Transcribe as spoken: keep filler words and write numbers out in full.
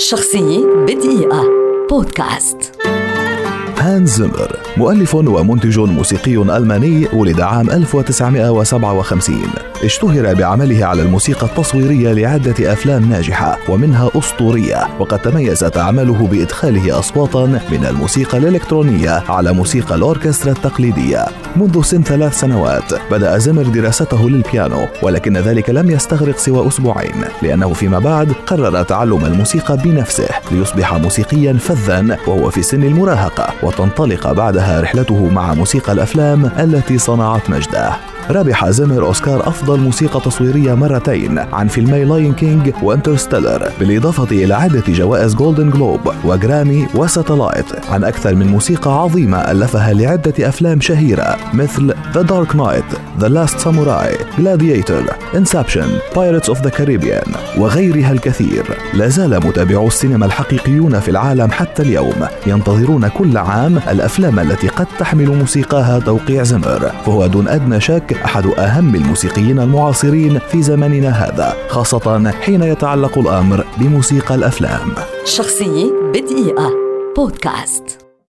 شخصية بدقيقة بودكاست. هانز زيمر مؤلف ومنتج موسيقي ألماني، ولد عام ألف وتسعمائة وسبعة وخمسين. اشتهر بعمله على الموسيقى التصويرية لعدة أفلام ناجحة ومنها أسطورية، وقد تميزت أعماله بإدخاله أصواتا من الموسيقى الإلكترونية على موسيقى الأوركسترا التقليدية. منذ سن ثلاث سنوات بدأ زيمر دراسته للبيانو، ولكن ذلك لم يستغرق سوى أسبوعين، لأنه فيما بعد قرر تعلم الموسيقى بنفسه ليصبح موسيقيا فذا وهو في سن المراهقة، وتنطلق بعدها رحلته مع موسيقى الأفلام التي صنعت مجده. ربح زيمر أوسكار أفضل موسيقى تصويرية مرتين عن فيلمي لاين كينج وانترستيلر، بالإضافة إلى عدة جوائز جولدن جلوب وجرامي وساتلايت عن أكثر من موسيقى عظيمة ألفها لعدة أفلام شهيرة مثل The Dark Knight, The Last Samurai, Gladiator, Inception, Pirates of the Caribbean وغيرها الكثير. لا زال متابعو السينما الحقيقيون في العالم حتى اليوم ينتظرون كل عام الأفلام التي قد تحمل موسيقاها توقيع زيمر، فهو دون أدنى شك أحد أهم الموسيقيين المعاصرين في زمننا هذا، خاصة حين يتعلق الأمر بموسيقى الأفلام. شخصية بدقيقة بودكاست.